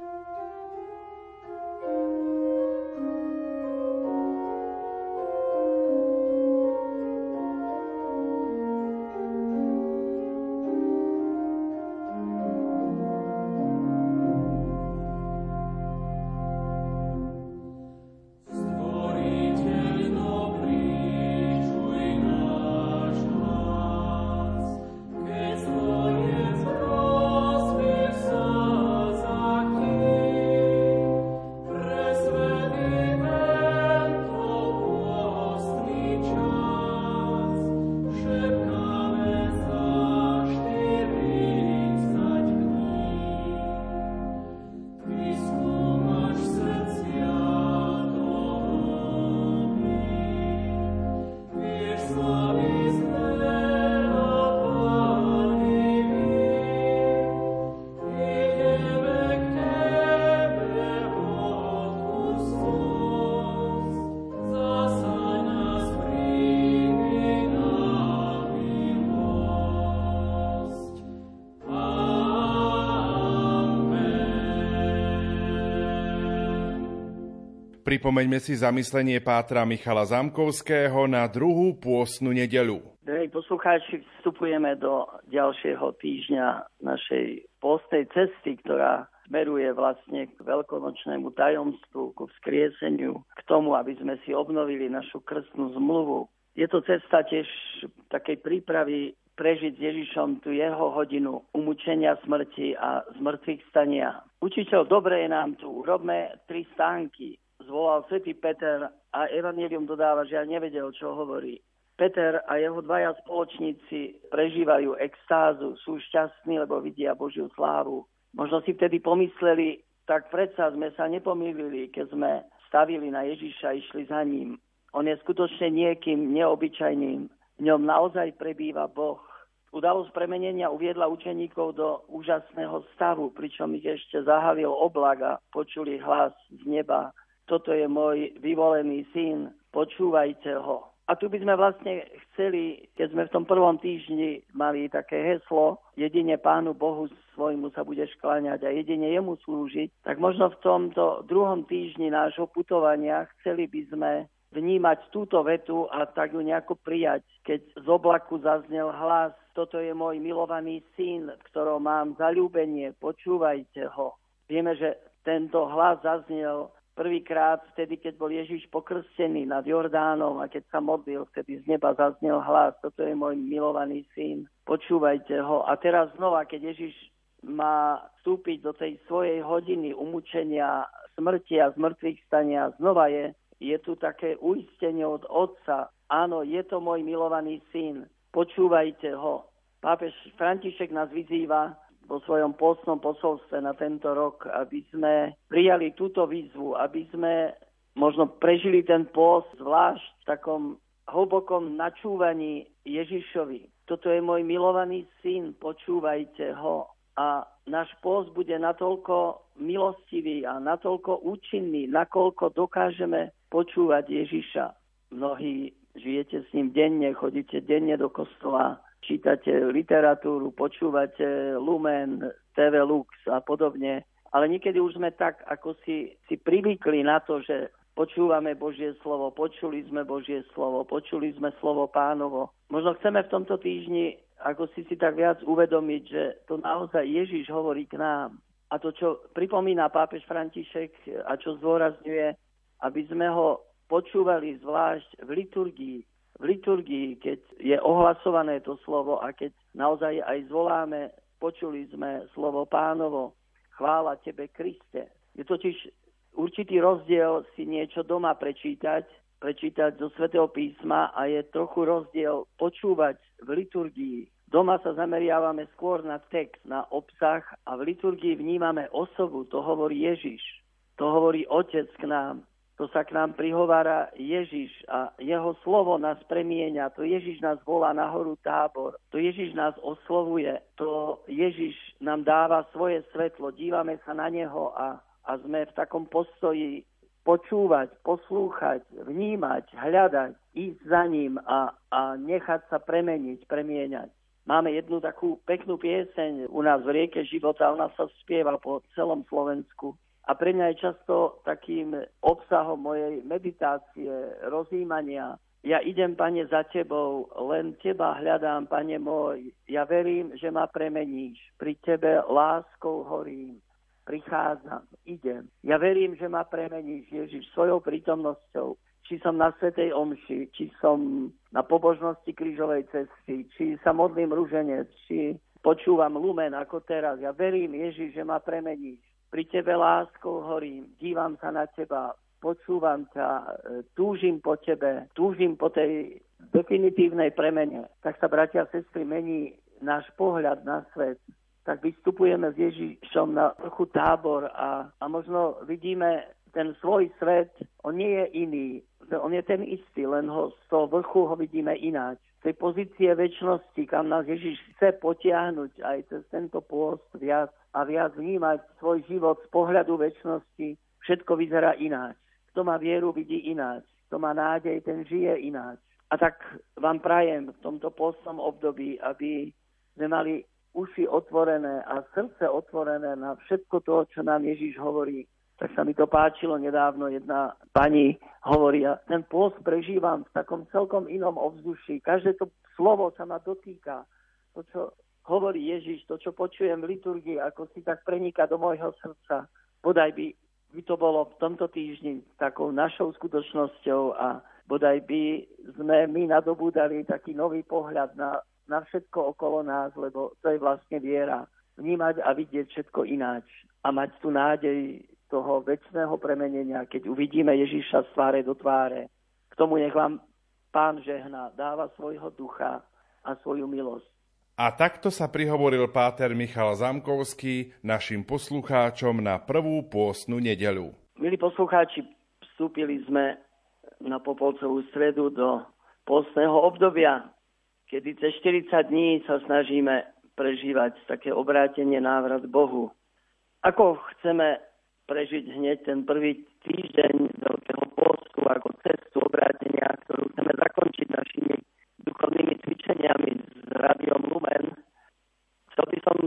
B: Pripomeňme si zamyslenie pátra Michala Zámkovského na druhú pôstnu nedeľu.
C: Drahí poslucháči, vstupujeme do ďalšieho týždňa našej pôstnej cesty, ktorá smeruje vlastne k veľkonočnému tajomstvu, ku vzkrieseniu, k tomu, aby sme si obnovili našu krstnú zmluvu. Je to cesta tiež takej prípravy prežiť s Ježišom tú jeho hodinu umúčenia smrti a zmrtvých stania. Učiteľ, dobre je nám tu, urobme 3 stánky. Zvolal svätý Peter a evanjelium dodáva, že ja nevedel, čo hovorí. Peter a jeho 2 spoločníci prežívajú extázu, sú šťastní, lebo vidia Božiu slávu. Možno si vtedy pomysleli, tak predsa sme sa nepomýlili, keď sme stavili na Ježiša a išli za ním. On je skutočne niekým neobyčajným. V ňom naozaj prebýva Boh. Udalosť premenenia uviedla učeníkov do úžasného stavu, pričom ich ešte zahalil oblak a počuli hlas z neba. Toto je môj vyvolený syn, počúvajte ho. A tu by sme vlastne chceli, keď sme v tom prvom týždni mali také heslo, jedine Pánu Bohu svojmu sa budeš kláňať a jedine jemu slúžiť, tak možno v tomto druhom týždni nášho putovania chceli by sme vnímať túto vetu a tak ju nejako prijať, keď z oblaku zaznel hlas, toto je môj milovaný syn, v ktorom mám zaľúbenie, počúvajte ho. Vieme, že tento hlas zaznel prvýkrát vtedy, keď bol Ježiš pokrstený nad Jordánom a keď sa modlil, vtedy z neba zaznel hlas, toto je môj milovaný syn, počúvajte ho. A teraz znova, keď Ježiš má vstúpiť do tej svojej hodiny umúčenia, smrti a zmrtvých stania, znova je tu také uistenie od Otca, áno, je to môj milovaný syn, počúvajte ho. Pápež František nás vyzýva vo svojom postnom posolstve na tento rok, aby sme prijali túto výzvu, aby sme možno prežili ten post zvlášť v takom hlbokom načúvaní Ježišovi. Toto je môj milovaný syn, počúvajte ho. A náš post bude natoľko milostivý a natoľko účinný, nakoľko dokážeme počúvať Ježiša. Mnohí žijete s ním denne, chodíte denne do kostola, čítate literatúru, počúvate Lumen, TV Lux a podobne. Ale niekedy už sme tak, ako si privykli na to, že počúvame Božie slovo, počuli sme Božie slovo, počuli sme slovo Pánovo. Možno chceme v tomto týždni, ako si tak viac uvedomiť, že to naozaj Ježiš hovorí k nám. A to, čo pripomína pápež František a čo zdôrazňuje, aby sme ho počúvali zvlášť v liturgii, keď je ohlasované to slovo a keď naozaj aj zvoláme, počuli sme slovo Pánovo, chvála Tebe, Kriste. Je totiž určitý rozdiel si niečo doma prečítať zo Svätého písma a je trochu rozdiel počúvať v liturgii. Doma sa zameriavame skôr na text, na obsah a v liturgii vnímame osobu, to hovorí Ježiš, to hovorí Otec k nám. To sa k nám prihovára Ježiš a jeho slovo nás premieňa. To Ježiš nás volá na horu Tábor. To Ježiš nás oslovuje. To Ježiš nám dáva svoje svetlo. Dívame sa na neho a sme v takom postoji počúvať, poslúchať, vnímať, hľadať, ísť za ním a nechať sa premieňať. Máme jednu takú peknú pieseň u nás v Rieke života. Ona sa spieva po celom Slovensku. A pre mňa je často takým obsahom mojej meditácie, rozjímania. Ja idem, Pane, za Tebou, len Teba hľadám, Pane môj. Ja verím, že ma premeníš. Pri Tebe láskou horím. Prichádzam, idem. Ja verím, že ma premeníš, Ježiš, svojou prítomnosťou. Či som na svätej omši, či som na pobožnosti krížovej cesty, či sa modlím ruženec, či počúvam Lumen ako teraz. Ja verím, Ježiš, že ma premeníš. Pri Tebe láskou horím, dívam sa na Teba, počúvam ťa, túžim po Tebe, túžim po tej definitívnej premene. Tak sa, bratia a sestry, mení náš pohľad na svet. Tak vystupujeme s Ježišom na vrchu Tábor a možno vidíme ten svoj svet, on nie je iný, on je ten istý, len ho z toho vrchu ho vidíme ináč. Z tej pozície večnosti, kam nás Ježiš chce potiahnuť aj cez tento pôst viac a viac vnímať svoj život z pohľadu večnosti, všetko vyzerá ináč. Kto má vieru, vidí ináč. Kto má nádej, ten žije ináč. A tak vám prajem v tomto postnom období, aby sme mali uši otvorené a srdce otvorené na všetko to, čo nám Ježiš hovorí. Tak sa mi to páčilo nedávno, jedna pani hovorí, ja ten pôst prežívam v takom celkom inom ovzduší. Každé to slovo sa ma dotýka. To, čo hovorí Ježiš, to, čo počujem v liturgii, ako si tak preniká do môjho srdca, bodaj by to bolo v tomto týždni takou našou skutočnosťou a bodaj by sme my nadobúdali taký nový pohľad na všetko okolo nás, lebo to je vlastne viera. Vnímať a vidieť všetko ináč a mať tú nádej toho večného premenenia, keď uvidíme Ježiša z tváre do tváre. K tomu nech vám Pán žehná, dáva svojho ducha a svoju milosť.
B: A takto sa prihovoril páter Michal Zamkovský našim poslucháčom na prvú pôstnu nedeľu.
C: Milí poslucháči, vstúpili sme na Popolcovú stredu do pôstneho obdobia, kedy cez 40 dní sa snažíme prežívať také obrátenie, návrat Bohu. Ako chceme prežiť hneď ten prvý týždeň Veľkého pôstu ako cestu obrátenia, ktorú chceme zakončiť našimi duchovnými cvičeniami s Rádiom Lumen. Chcel by som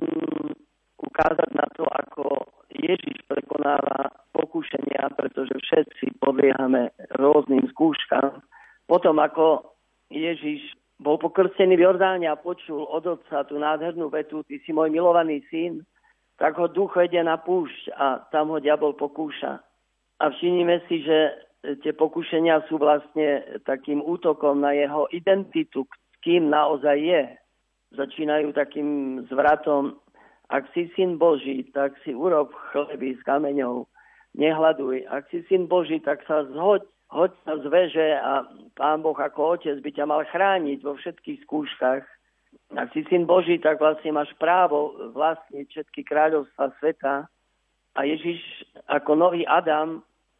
C: ukázať na to, ako Ježiš prekonáva pokušenia, pretože všetci podliehame rôznym skúškam. Potom, ako Ježiš bol pokrstený v Jordáne a počul od Otca tú nádhernú vetu, ty si môj milovaný syn, tak ho duch vedie na púšť a tam ho diabol pokúša. A všimnime si, že tie pokušenia sú vlastne takým útokom na jeho identitu, kým naozaj je. Začínajú takým zvratom, ak si syn Boží, tak si urob chleby s kameňou, nehľaduj. Ak si syn Boží, tak sa hoď sa z veže a Pán Boh ako otec by ťa mal chrániť vo všetkých skúškach. Ak si syn Boží, tak vlastne máš právo vlastniť všetky kráľovstva sveta. A Ježiš ako nový Adam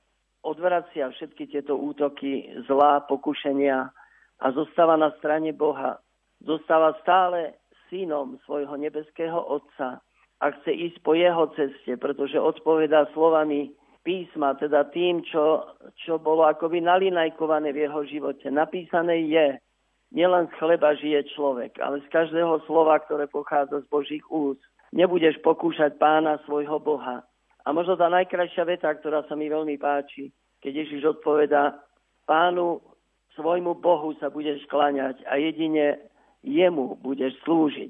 C: odvracia všetky tieto útoky zla, pokušenia a zostáva na strane Boha. Zostáva stále synom svojho nebeského Otca a chce ísť po jeho ceste, pretože odpovedá slovami písma, teda tým, čo bolo akoby nalinajkované v jeho živote. Napísané je, nielen z chleba žije človek, ale z každého slova, ktoré pochádza z Božích úst. Nebudeš pokúšať Pána svojho Boha. A možno tá najkrajšia veta, ktorá sa mi veľmi páči, keď Ježiš odpovedá, Pánu svojmu Bohu sa budeš kláňať a jedine jemu budeš slúžiť.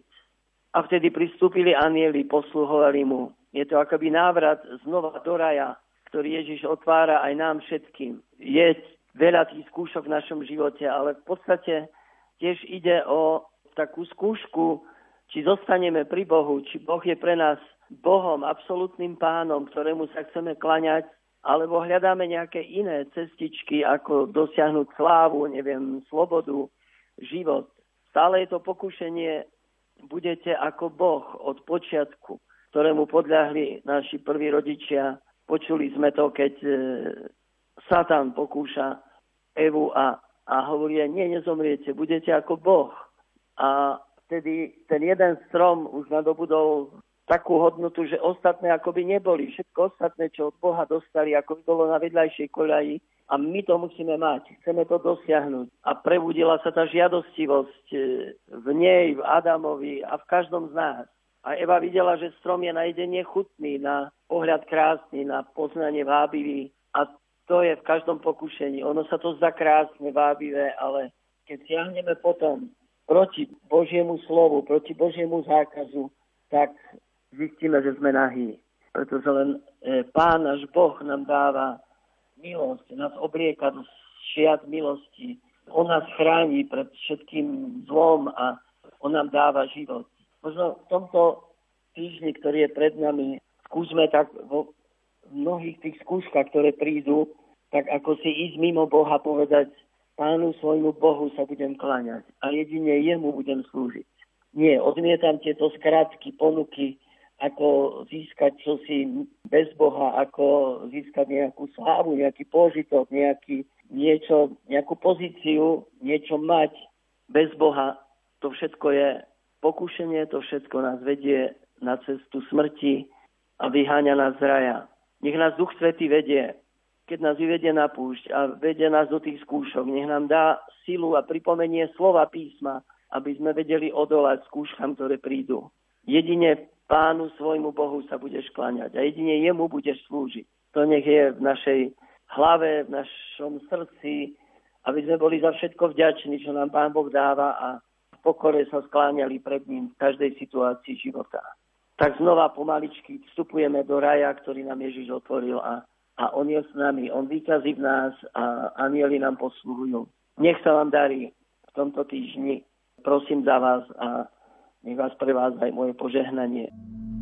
C: A vtedy pristúpili anjeli, posluhovali mu. Je to akoby návrat znova do raja, ktorý Ježiš otvára aj nám všetkým. Je veľa tých skúšok v našom živote, ale v podstate tiež ide o takú skúšku, či zostaneme pri Bohu, či Boh je pre nás Bohom, absolútnym pánom, ktorému sa chceme klaňať, alebo hľadáme nejaké iné cestičky, ako dosiahnuť slávu, slobodu, život. Stále je to pokušenie, budete ako Boh od počiatku, ktorému podľahli naši prví rodičia. Počuli sme to, keď Satan pokúša Evu a hovorí, nezomriete, budete ako Boh. A vtedy ten jeden strom už nadobudol takú hodnotu, že ostatné akoby neboli. Všetko ostatné, čo od Boha dostali, ako by bolo na vedľajšej koľaji. A my to musíme mať. Chceme to dosiahnuť. A prebudila sa tá žiadostivosť v nej, v Adamovi a v každom z nás. A Eva videla, že strom je na jedenie chutný, na pohľad krásny, na poznanie vábivý. A to je v každom pokušení. Ono sa to zdá krásne, vábivé, ale keď siahneme potom proti Božiemu slovu, proti Božiemu zákazu, tak zistíme, že sme nahý. Pretože len Pán náš Boh nám dáva milosť, nás oblieka do šiat milosti. On nás chráni pred všetkým zlom a on nám dáva život. Možno v tomto týždni, ktorý je pred nami, skúsme tak vo mnohých tých skúškach, ktoré prídu, tak ako si ísť mimo Boha, povedať, Pánu svojmu Bohu sa budem kláňať a jedine jemu budem slúžiť. Nie, odmietam tieto skratky, ponuky, ako získať čosi bez Boha, ako získať nejakú slávu, nejaký požitok, nejakú pozíciu, niečo mať bez Boha. To všetko je pokušenie, to všetko nás vedie na cestu smrti a vyháňa nás z raja. Nech nás Duch Svätý vedie, keď nás vyvedie na púšť a vedie nás do tých skúšok. Nech nám dá silu a pripomenie slova písma, aby sme vedeli odolať skúškam, ktoré prídu. Jedine Pánu svojmu Bohu sa budeš kláňať a jedine jemu budeš slúžiť. To nech je v našej hlave, v našom srdci, aby sme boli za všetko vďační, čo nám Pán Boh dáva a pokore sa skláňali pred ním v každej situácii života. Tak znova pomaličky vstupujeme do raja, ktorý nám Ježiš otvoril a on je s nami, on víťazí v nás a anjeli nám posluhujú. Nech sa vám darí v tomto týždni. Prosím za vás a nech vás prevádza aj moje požehnanie.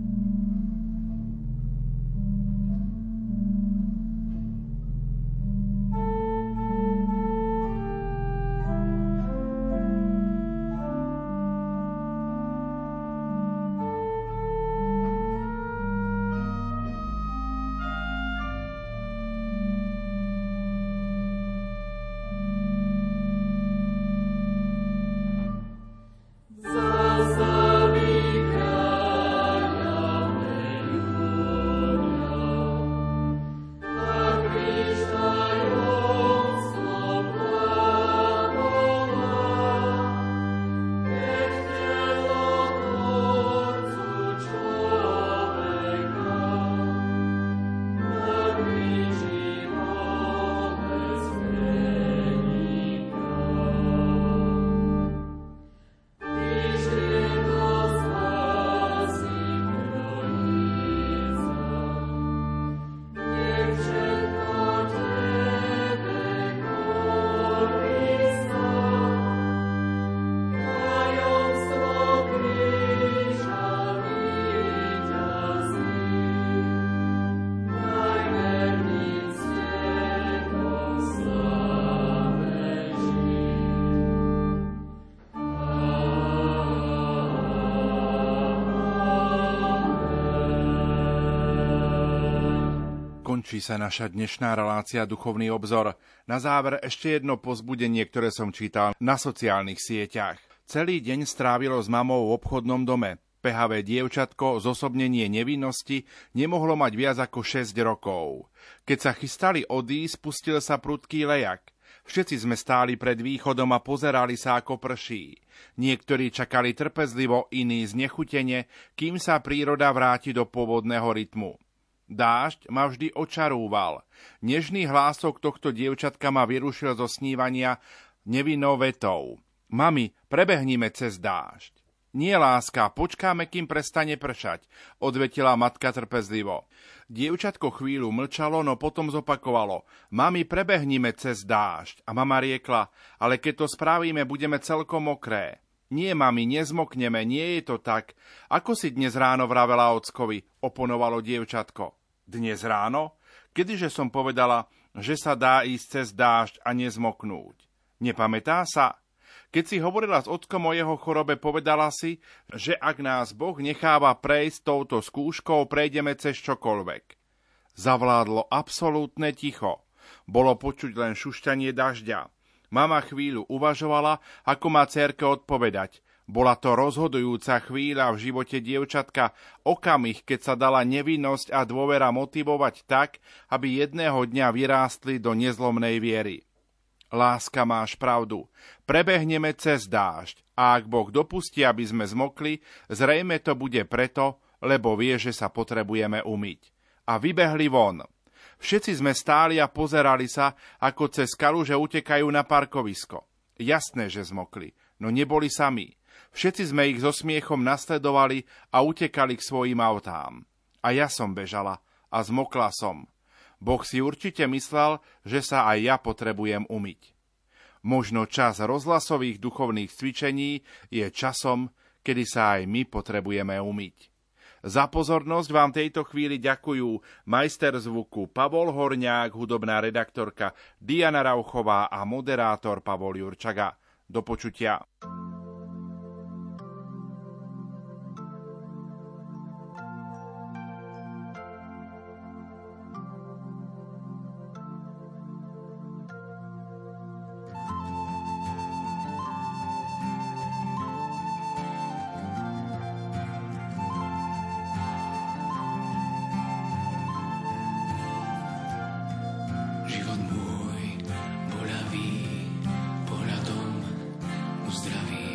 B: Končí sa naša dnešná relácia Duchovný obzor. Na záver ešte jedno povzbudenie, ktoré som čítal na sociálnych sieťach. Celý deň strávilo s mamou v obchodnom dome. Pehavé dievčatko, zosobnenie nevinnosti, nemohlo mať viac ako 6 rokov. Keď sa chystali odísť, spustil sa prudký lejak. Všetci sme stáli pred východom a pozerali sa, ako prší. Niektorí čakali trpezlivo, iní znechutene, kým sa príroda vráti do pôvodného rytmu. Dážď ma vždy očarúval. Nežný hlások tohto dievčatka ma vyrušil zo snívania nevinnou vetou. Mami, prebehnime cez dážď. Nie, láska, počkáme, kým prestane pršať, odvetila matka trpezlivo. Dievčatko chvíľu mlčalo, no potom zopakovalo. Mami, prebehnime cez dážď. A mama riekla, ale keď to spravíme, budeme celkom mokré. Nie, mami, nezmokneme, nie je to tak. Ako si dnes ráno vravela ockovi, oponovalo dievčatko. Dnes ráno? Kedyže som povedala, že sa dá ísť cez dážď a nezmoknúť. Nepamätá sa? Keď si hovorila s ockom o jeho chorobe, povedala si, že ak nás Boh necháva prejsť touto skúškou, prejdeme cez čokoľvek. Zavládlo absolútne ticho. Bolo počuť len šušťanie dažďa. Mama chvíľu uvažovala, ako má dcérke odpovedať. Bola to rozhodujúca chvíľa v živote dievčatka, okamih, keď sa dala nevinnosť a dôvera motivovať tak, aby jedného dňa vyrástli do nezlomnej viery. Láska, máš pravdu. Prebehneme cez dážď a ak Boh dopustí, aby sme zmokli, zrejme to bude preto, lebo vie, že sa potrebujeme umyť. A vybehli von. Všetci sme stáli a pozerali sa, ako cez kaluže utekajú na parkovisko. Jasné, že zmokli, no neboli sami. Všetci sme ich so smiechom nasledovali a utekali k svojim autám. A ja som bežala a zmokla som. Boh si určite myslel, že sa aj ja potrebujem umyť. Možno čas rozhlasových duchovných cvičení je časom, kedy sa aj my potrebujeme umyť. Za pozornosť vám tejto chvíli ďakujú majster zvuku Pavol Horňák, hudobná redaktorka Diana Rauchová a moderátor Pavol Jurčaga. Do počutia.
D: Život môj boľavý, pohľadom uzdraví.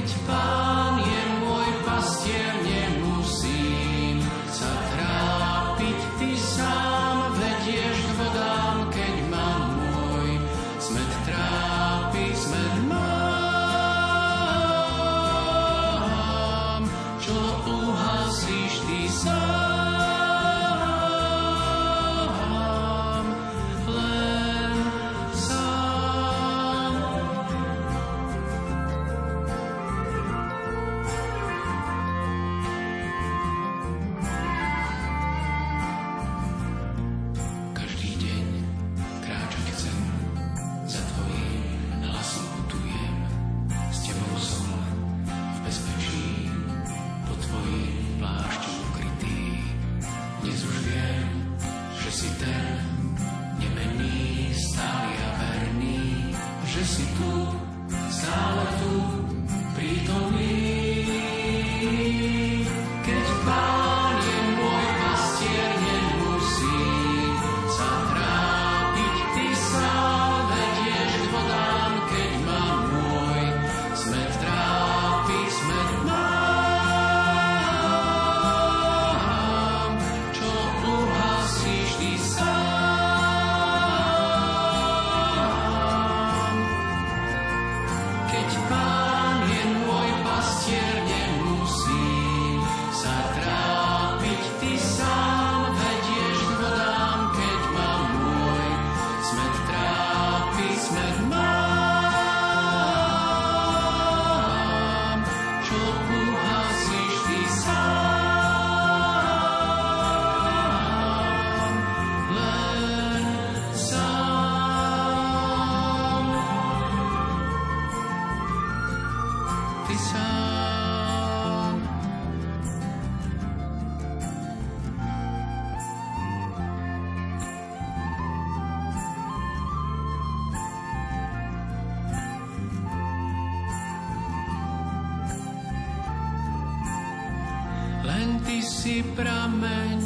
D: Len Ty si prameň,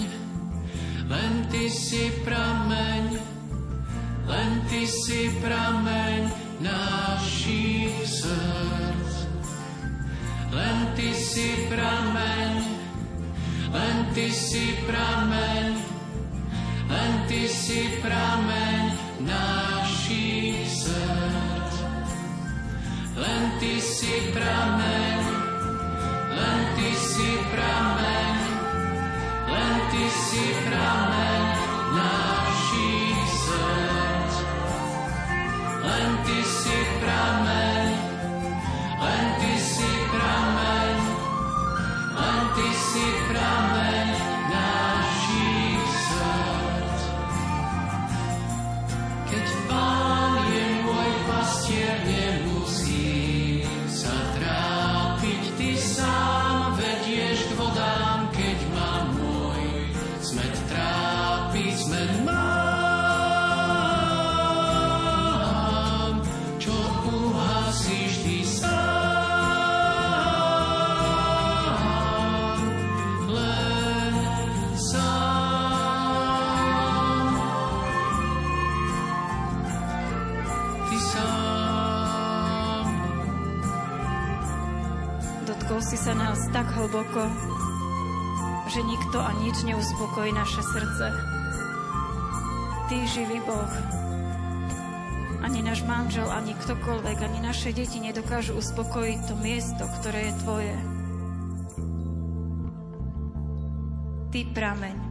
D: len Ty si prameň, len Ty si prameň našich srdc. Len Ty si prameň, len Ty si prameň, len Ty si prameň našich srdc. Len Ty si prameň, len Ty si prameň, len Ty si prameň našich srdc. Len Ty si prameň, len Ty si prameň, len Ty si prameň našich srdc. Keď Pán je môj pastier, nemusím sa trápiť, Ty sám vedieš k vodám, keď ma môj smäd trápi, smäd mám, čo uhasíš Ty sám, len sám, Ty sám.
F: Dotkol si sa nás tak hlboko, že nikto a nič neuspokojí naše srdce. Ty, živý Boh, ani náš manžel, ani ktokoľvek, ani naše deti nedokážu uspokojiť to miesto, ktoré je Tvoje. Ty prameň,